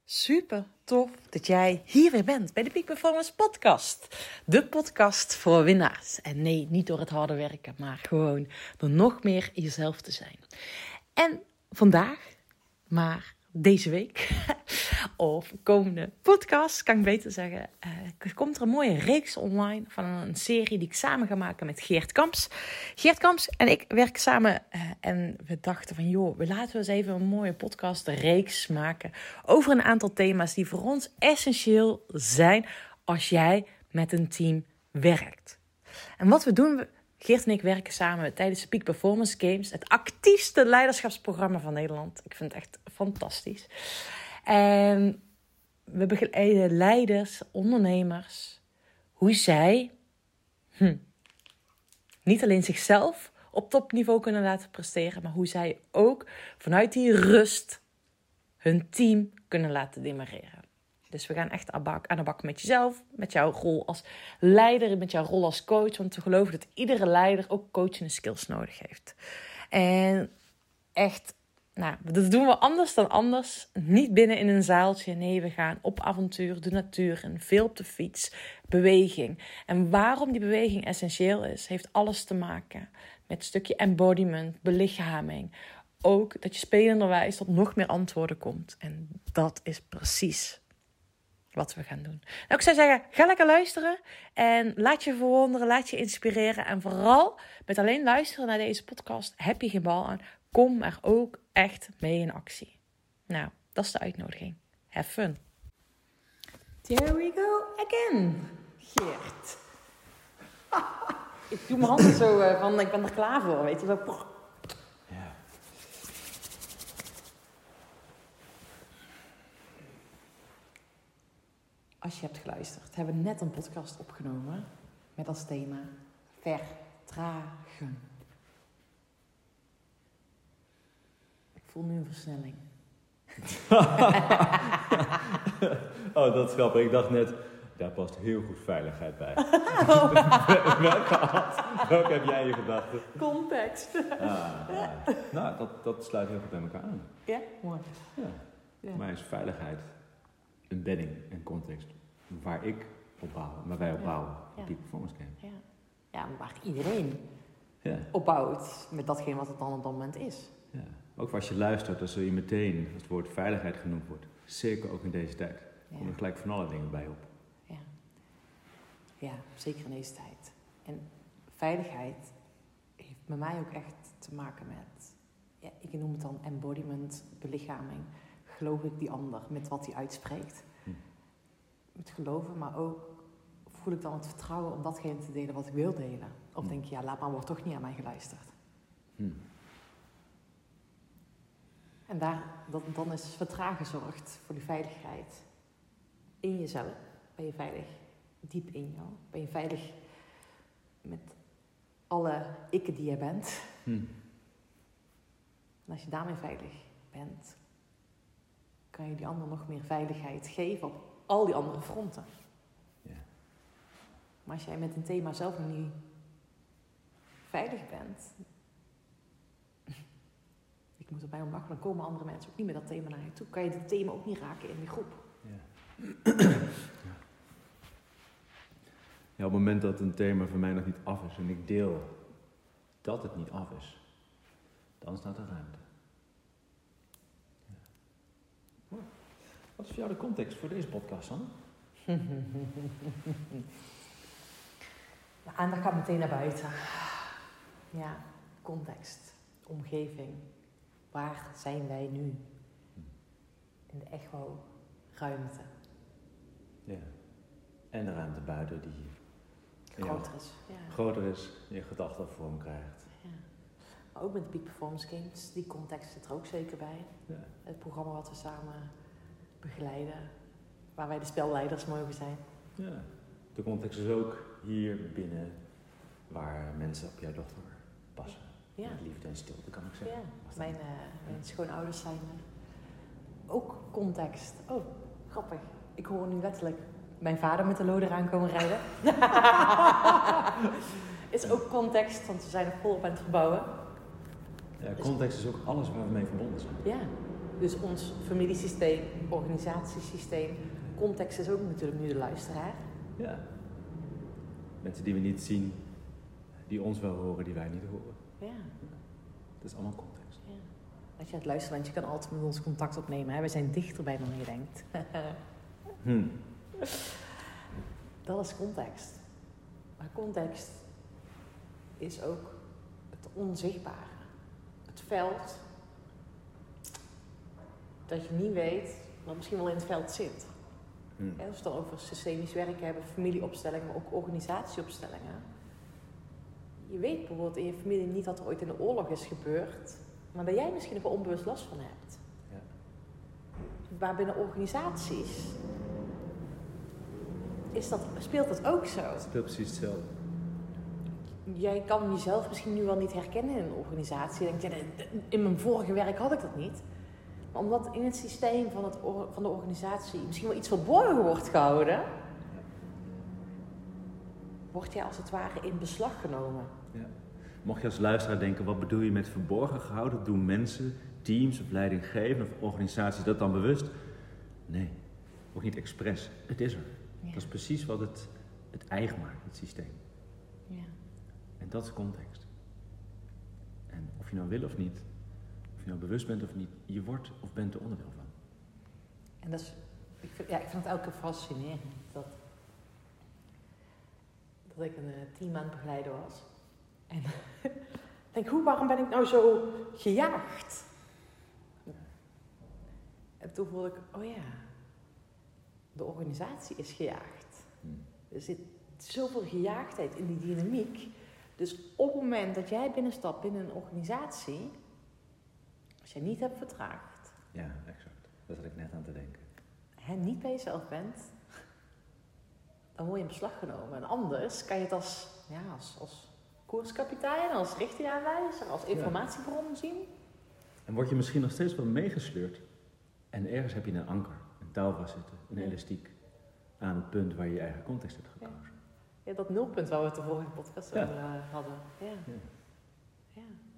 Super tof dat jij hier weer bent bij de Peak Performance Podcast. De podcast voor winnaars. En nee, niet door het harde werken, maar gewoon door nog meer jezelf te zijn. En vandaag, maar deze week, of komende podcast, kan ik beter zeggen, komt er een mooie reeks online van een serie die ik samen ga maken met Geert Kamps. Geert Kamps en ik werken samen en we dachten van joh, we laten eens even een mooie podcastreeks maken over een aantal thema's die voor ons essentieel zijn als jij met een team werkt. En wat we doen, Geert en ik werken samen tijdens de Peak Performance Games, het actiefste leiderschapsprogramma van Nederland. Ik vind het echt fantastisch. En we begeleiden leiders, ondernemers, hoe zij niet alleen zichzelf op topniveau kunnen laten presteren, maar hoe zij ook vanuit die rust hun team kunnen laten demareren. Dus we gaan echt aan de bak met jezelf, met jouw rol als leider, met jouw rol als coach. Want we geloven dat iedere leider ook coachende skills nodig heeft. En echt, dat doen we anders dan anders. Niet binnen in een zaaltje. Nee, we gaan op avontuur, de natuur en veel op de fiets. Beweging. En waarom die beweging essentieel is, heeft alles te maken met een stukje embodiment, belichaming. Ook dat je spelenderwijs tot nog meer antwoorden komt. En dat is precies wat we gaan doen. Nou, ik zou zeggen, ga lekker luisteren en laat je verwonderen, laat je inspireren. En vooral met alleen luisteren naar deze podcast heb je geen bal aan. Kom er ook echt mee in actie. Nou, dat is de uitnodiging. Have fun. There we go again. Geert. Ik doe mijn handen zo van, ik ben er klaar voor, weet je wel. Als je hebt geluisterd, hebben we net een podcast opgenomen met als thema vertragen. Ik voel nu een versnelling. Oh, dat is grappig. Ik dacht net, daar past heel goed veiligheid bij. Welke heb jij in je gedachten? Context. Nou, dat sluit heel goed bij elkaar aan. Ja, mooi. Ja. Voor mij is veiligheid een bedding en context waar ik op bouw, waar wij op bouwen. Op Peak Performance Games. Ja, waar iedereen op bouwt met datgene wat het dan op dat moment is. Ja. Ook als je luistert, als er meteen het woord veiligheid genoemd wordt, zeker ook in deze tijd, komen er gelijk van alle dingen bij op. Ja, zeker in deze tijd. En veiligheid heeft bij mij ook echt te maken met, ik noem het dan embodiment, belichaming. Geloof ik die ander met wat hij uitspreekt. Met geloven, maar ook voel ik dan het vertrouwen om datgene te delen wat ik wil delen. Of denk je, laat maar, wordt toch niet aan mij geluisterd. En dan is vertragen zorgt voor die veiligheid in jezelf. Ben je veilig diep in jou? Ben je veilig met alle ikken die je bent? En als je daarmee veilig bent, kan je die ander nog meer veiligheid geven op al die andere fronten. Ja. Maar als jij met een thema zelf nog niet veilig bent, ik moet erbij om lachen, dan komen andere mensen ook niet met dat thema naar je toe. Kan je het thema ook niet raken in die groep. Ja, op het moment dat een thema voor mij nog niet af is en ik deel dat het niet af is, dan staat er ruimte. Wat is voor jou de context voor deze podcast, Sanne? De aandacht gaat meteen naar buiten. Ja, context, omgeving. Waar zijn wij nu? In de echo-ruimte. Ja. En de ruimte buiten die groter is, je gedachten vorm krijgt. Ja. Maar ook met de Peak Performance Games, die context zit er ook zeker bij. Ja. Het programma wat we samen begeleiden, waar wij de spelleiders mogen zijn. Ja. De context is ook hier binnen waar mensen op jouw dochter passen. Ja. Met liefde en stilte, kan ik zeggen. Ja. Mijn schoonouders zijn ook context. Oh, grappig. Ik hoor nu letterlijk mijn vader met de loader aan komen rijden. Is ook context, want we zijn er volop aan het verbouwen. Ja, context is ook alles waar we mee verbonden zijn. Ja. Dus ons familiesysteem, organisatiesysteem, context is ook natuurlijk nu de luisteraar. Ja. Mensen die we niet zien, die ons wel horen, die wij niet horen. Ja. Dat is allemaal context. Ja. Als je het luistert, want je kan altijd met ons contact opnemen. Hè? We zijn dichterbij dan je denkt. Dat is context. Maar context is ook het onzichtbare. Het veld dat je niet weet wat misschien wel in het veld zit. Als we het dan over systemisch werken hebben, familieopstellingen, maar ook organisatieopstellingen. Je weet bijvoorbeeld in je familie niet wat er ooit in de oorlog is gebeurd, maar dat jij misschien nog wel onbewust last van hebt. Ja. Maar binnen organisaties speelt dat ook zo. Het speelt precies hetzelfde. Jij kan jezelf misschien nu wel niet herkennen in een organisatie. Je denkt, ja, in mijn vorige werk had ik dat niet. Maar omdat in het systeem van de organisatie misschien wel iets verborgen wordt gehouden, word jij als het ware in beslag genomen. Ja. Mocht je als luisteraar denken, wat bedoel je met verborgen gehouden? Doen mensen, teams of leidinggevenden of organisaties dat dan bewust? Nee, ook niet expres. Het is er. Ja. Dat is precies wat het eigen maakt, het systeem. Ja. En dat is context. En of je nou wil of niet, of je nou bewust bent of niet, je wordt of bent er onderdeel van. En dat is, ik vind het elke keer fascinerend dat ik een team aan het begeleiden was. En ik denk, waarom ben ik nou zo gejaagd? En toen voelde ik, oh ja, de organisatie is gejaagd. Er zit zoveel gejaagdheid in die dynamiek. Dus op het moment dat jij binnenstapt binnen een organisatie, als jij niet hebt vertraagd. Ja, exact. Dat zat ik net aan te denken. Niet bij jezelf bent, dan word je in beslag genomen. En anders kan je het als koerskapitein, als richtingaanwijzer, als informatiebron zien. En word je misschien nog steeds wel meegesleurd. En ergens heb je een anker, een touw vastzitten, een elastiek. Aan het punt waar je je eigen context hebt gekozen. Ja, dat nulpunt waar we het de vorige podcast over hadden. Ja. Ja. Ja.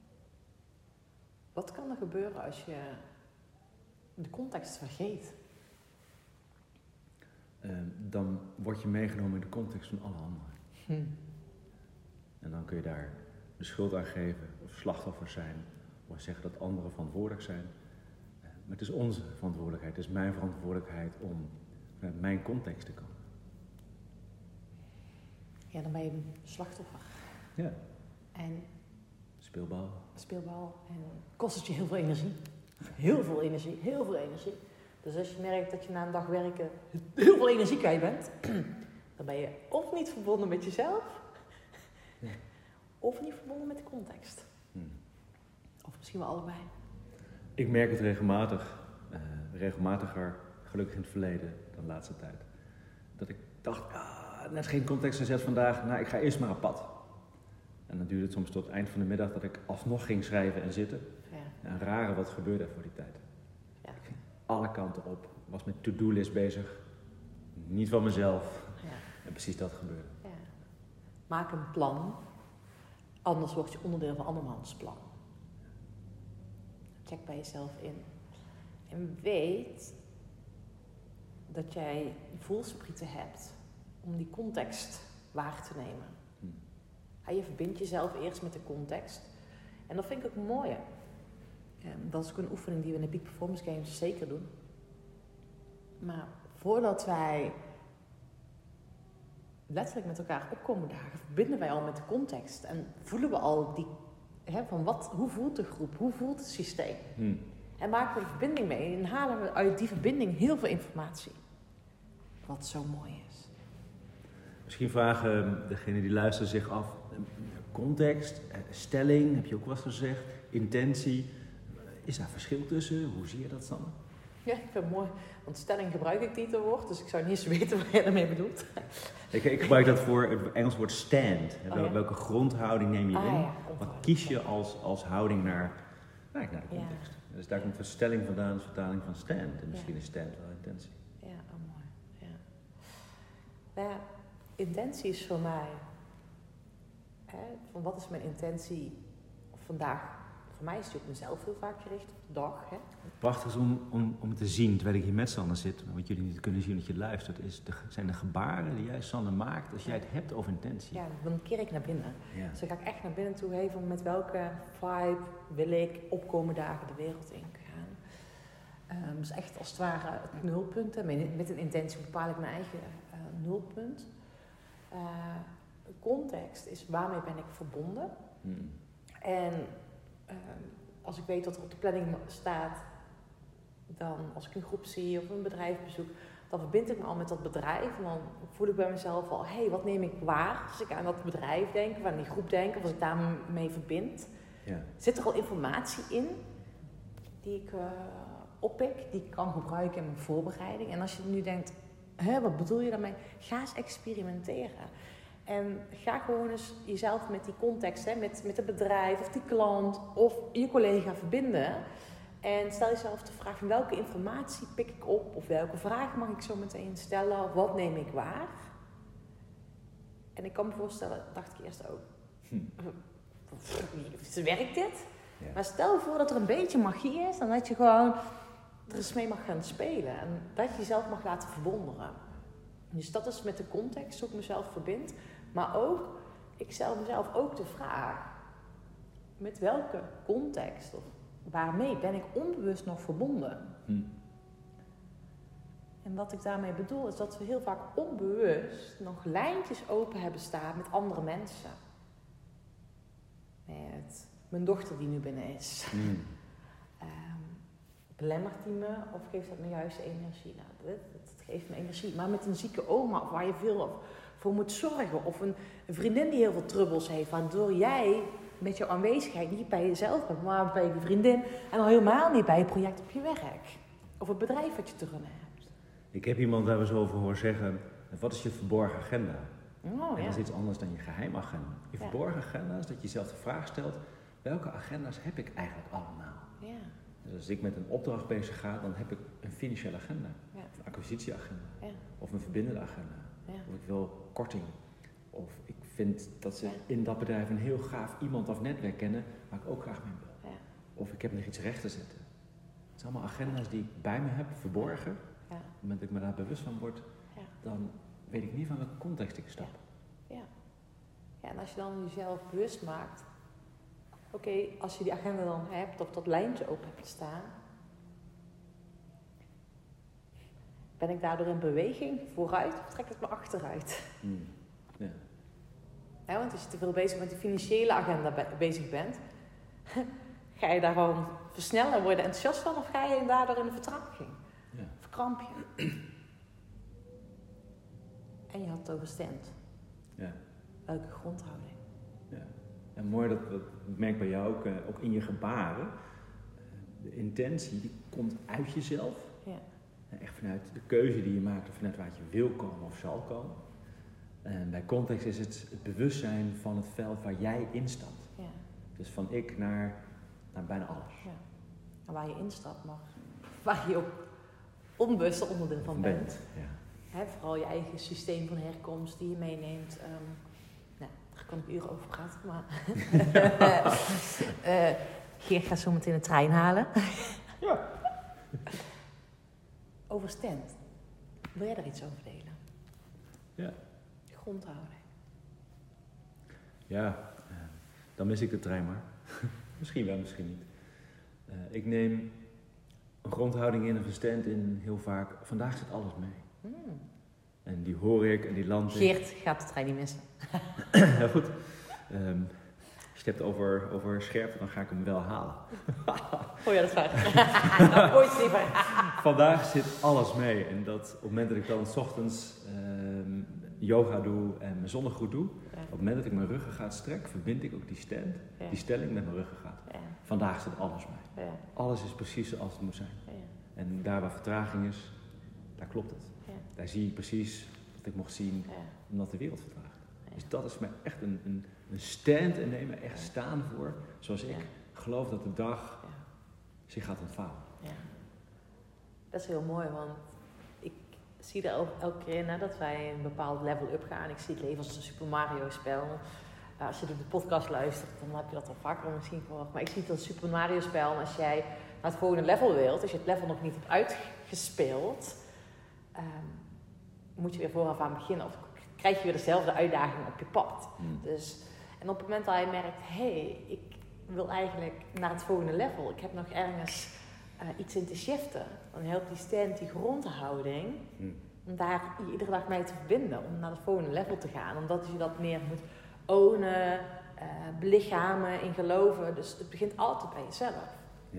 Wat kan er gebeuren als je de context vergeet? Dan word je meegenomen in de context van alle anderen. En dan kun je daar de schuld aan geven, of slachtoffer zijn, of zeggen dat anderen verantwoordelijk zijn. Maar het is onze verantwoordelijkheid, het is mijn verantwoordelijkheid om vanuit mijn context te komen. Ja, dan ben je een slachtoffer. Ja. En speelbal. En kost het je heel veel energie. Heel veel energie. Dus als je merkt dat je na een dag werken heel veel energie kwijt bent, dan ben je of niet verbonden met jezelf, of niet verbonden met de context. Of misschien wel allebei. Ik merk het regelmatiger, gelukkig in het verleden dan de laatste tijd. Dat ik dacht, net geen context gezet vandaag, ik ga eerst maar op pad. En dan duurde het soms tot het eind van de middag dat ik alsnog ging schrijven en zitten. Ja. En rare wat gebeurde voor die tijd. Ja. Ik ging alle kanten op, was met to-do-list bezig, niet van mezelf. Ja. En precies dat gebeurde. Ja. Maak een plan, anders word je onderdeel van andermans plan. Check bij jezelf in. En weet dat jij voelsprieten hebt om die context waar te nemen. Je verbindt jezelf eerst met de context. En dat vind ik ook mooi. Dat is ook een oefening die we in de Peak Performance Games zeker doen. Maar voordat wij letterlijk met elkaar opkomen dagen, verbinden wij al met de context. En voelen we al hoe voelt de groep, hoe voelt het systeem. En maken we de verbinding mee en halen we uit die verbinding heel veel informatie. Wat zo mooi is. Misschien vragen degenen die luisteren zich af, context, stelling, heb je ook wat gezegd, intentie. Is daar verschil tussen? Hoe zie je dat dan? Ja, ik vind het mooi. Want stelling gebruik ik niet, het woord, dus ik zou niet eens weten wat jij daarmee bedoelt. Ik gebruik dat voor het Engels woord stand. Welke grondhouding neem je in? Ja, wat kies je als houding naar de context? Ja. Dus daar komt stelling vandaan, de vertaling van stand. En misschien is stand wel intentie. Ja, mooi. Ja. Nou ja, intentie is voor mij, van wat is mijn intentie vandaag voor mij is het op mezelf heel vaak gericht op de dag. Hè. Prachtig is om te zien, terwijl ik hier met Sanne zit, wat jullie niet kunnen zien omdat je luistert, zijn de gebaren die jij, Sanne, maakt als jij het hebt over intentie. Ja, dan keer ik naar binnen. Ja. Dus dan ga ik echt naar binnen toe even met welke vibe wil ik opkomende dagen de wereld in gaan. Dus echt als het ware het nulpunt. Hè. Met een intentie bepaal ik mijn eigen nulpunt. Context is waarmee ben ik verbonden. En als ik weet dat er op de planning staat, dan als ik een groep zie of een bedrijf bezoek, dan verbind ik me al met dat bedrijf. En dan voel ik bij mezelf al, wat neem ik waar? Als ik aan dat bedrijf denk, of aan die groep denk, of als ik daarmee verbind. Ja. Zit er al informatie in die ik oppik, die ik kan gebruiken in mijn voorbereiding. En als je nu denkt, wat bedoel je daarmee? Ga eens experimenteren. En ga gewoon eens jezelf met die context, met het bedrijf of die klant of je collega verbinden. En stel jezelf de vraag van welke informatie pik ik op? Of welke vragen mag ik zo meteen stellen? Of wat neem ik waar? En ik kan me voorstellen, dacht ik eerst ook, werkt dit? Ja. Maar stel voor dat er een beetje magie is en dat je gewoon er eens mee mag gaan spelen. En dat je jezelf mag laten verwonderen. Dus dat is met de context, hoe ik mezelf verbind. Maar ook, ik stel mezelf ook de vraag, met welke context of waarmee ben ik onbewust nog verbonden? En wat ik daarmee bedoel is dat we heel vaak onbewust nog lijntjes open hebben staan met andere mensen. Met mijn dochter die nu binnen is. Belemmert die me of geeft dat me juist energie? Nou, dat geeft me energie. Maar met een zieke oma of waar je veel voor moet zorgen. Of een vriendin die heel veel trubbels heeft. Waardoor jij met jouw aanwezigheid niet bij jezelf bent, maar bij je vriendin. En al helemaal niet bij je project op je werk. Of het bedrijf wat je te runnen hebt. Ik heb iemand daar eens over horen zeggen, wat is je verborgen agenda? Oh, en ja. dat is iets anders dan je geheimagenda. Je verborgen agenda is dat je jezelf de vraag stelt, welke agenda's heb ik eigenlijk allemaal? Ja. Dus als ik met een opdracht bezig ga, dan heb ik een financiële agenda. Ja. Of een acquisitieagenda. Ja. Of een verbindende agenda. Ja. Of ik wil korting. Of ik vind dat ze in dat bedrijf een heel gaaf iemand of netwerk kennen waar ik ook graag mee wil. Ja. Of ik heb nog iets recht te zetten. Het zijn allemaal agenda's die ik bij me heb, verborgen. Ja. Op het moment dat ik me daar bewust van word, dan weet ik niet van welke context ik stap. Ja. Ja, en als je dan jezelf bewust maakt, oké, als je die agenda dan hebt of dat lijntje open hebt staan, ben ik daardoor in beweging vooruit of trek ik me achteruit? Ja. Ja, want als je te veel bezig met de financiële agenda bezig bent, ga je daar gewoon versnellen en word je enthousiast van of ga je daardoor in de vertraging? Ja. Verkramp je. En je had het over stand. Ja. Welke grondhouding? Ja. En mooi dat ik merk bij jou ook in je gebaren. De intentie die komt uit jezelf. Ja. En echt vanuit de keuze die je maakt of vanuit waar je wil komen of zal komen. En bij context is het bewustzijn van het veld waar jij instapt. Ja. Dus van ik naar bijna alles. Ja. En waar je instapt mag. Waar je ook onbewust onderdeel van bent. Ja. Hè, vooral je eigen systeem van herkomst die je meeneemt. Nou, daar kan ik uren over praten, maar... Geert gaat zo meteen de trein halen. Ja. Over stand. Wil jij daar iets over delen? Ja. Grondhouding. Ja, dan mis ik de trein maar. Misschien wel, misschien niet. Ik neem een grondhouding in, een verstand in heel vaak. Vandaag zit alles mee. En die hoor ik en die land ik. Geert gaat de trein niet missen. Heel goed. Als je het hebt over scherpte, dan ga ik hem wel halen. Oh ja, dat is waar. Positiever. Vandaag zit alles mee. En dat op het moment dat ik dan 's ochtends yoga doe en mijn zonnegroet doe, op het moment dat ik mijn ruggengraat strek, verbind ik ook die stand, die stelling met mijn ruggengraat. Ja. Vandaag zit alles mee. Ja. Alles is precies zoals het moet zijn. Ja. En daar waar vertraging is, daar klopt het. Ja. Daar zie ik precies wat ik mocht zien, omdat de wereld vertraagt. Ja. Dus dat is mij echt een stand en neem me echt staan voor, zoals ik geloof dat de dag zich gaat ontvouwen. Ja. Dat is heel mooi, want ik zie er elke keer nadat wij een bepaald level up gaan. Ik zie het leven als een Super Mario spel. Als je de podcast luistert, dan heb je dat al vaker misschien gehoord. Maar ik zie het als Super Mario spel. En als jij naar het volgende level wilt, als je het level nog niet hebt uitgespeeld, moet je weer vooraf aan beginnen. Of krijg je weer dezelfde uitdaging op je pad. Dus, en op het moment dat je merkt, ik wil eigenlijk naar het volgende level. Ik heb nog ergens iets in te shiften. Dan helpt die stand, die grondhouding, om daar je iedere dag mee te verbinden. Om naar het volgende level te gaan. Omdat je dat meer moet ownen, belichamen, in geloven. Dus het begint altijd bij jezelf. Ja.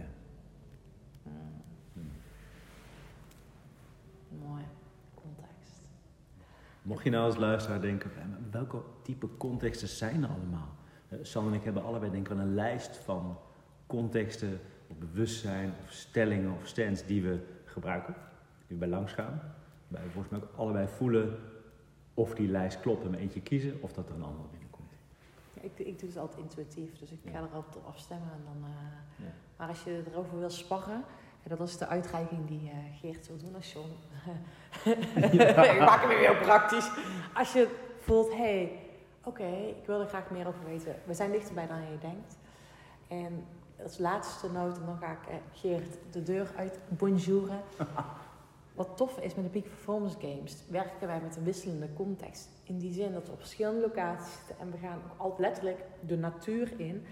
Mooi. Context. Mocht je nou als luisteraar denken, welke type contexten zijn er allemaal? San en ik hebben allebei denk ik wel een lijst van contexten, of bewustzijn, of stellingen of stands die we gebruiken. Die we bij langs gaan. Wij volgens mij ook allebei voelen of die lijst klopt en we eentje kiezen of dat er een andere binnenkomt. Ja, ik doe het altijd intuïtief, dus ik ga er altijd op afstemmen. En dan, Ja. Maar als je erover wil sparren, dat is de uitreiking die Geert wil doen als John. Ik maak hem weer heel praktisch. Als je voelt, ik wil er graag meer over weten. We zijn dichterbij dan je denkt. En als laatste noot, en dan ga ik Geert de deur uit bonjouren. Wat tof is met de Peak Performance Games, werken wij met een wisselende context. In die zin dat we op verschillende locaties zitten en we gaan ook altijd letterlijk de natuur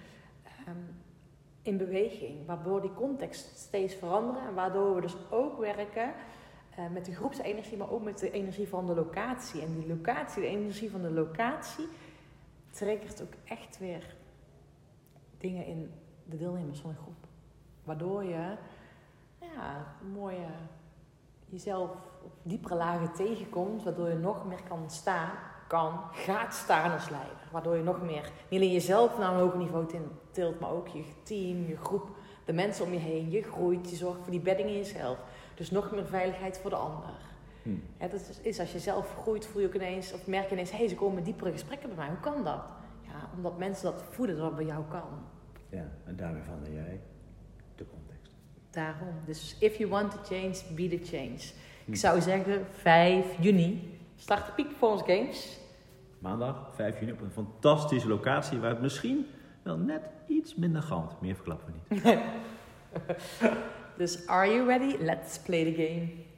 in beweging. Waardoor die context steeds veranderen en waardoor we dus ook werken met de groepsenergie, maar ook met de energie van de locatie. En die locatie, de energie van de locatie, triggert ook echt weer dingen in de deelnemers van een groep. Waardoor je mooie jezelf op diepere lagen tegenkomt, waardoor je nog meer gaat staan als leider. Waardoor je nog meer, niet alleen jezelf naar een hoger niveau tilt, maar ook je team, je groep, de mensen om je heen. Je groeit, je zorgt voor die bedding in jezelf. Dus nog meer veiligheid voor de ander. Ja, dat is als je zelf groeit, voel je ook ineens, of merk je ineens, ze komen met diepere gesprekken bij mij. Hoe kan dat? Ja, omdat mensen dat voelen dat het bij jou kan. Ja, en daarmee verander jij de context. Daarom. Dus if you want to change, be the change. Ik zou zeggen 5 juni start de Peak Performance Games. Maandag 5 juni op een fantastische locatie waar het misschien wel net iets minder galmt. Meer verklappen we niet. Dus are you ready? Let's play the game.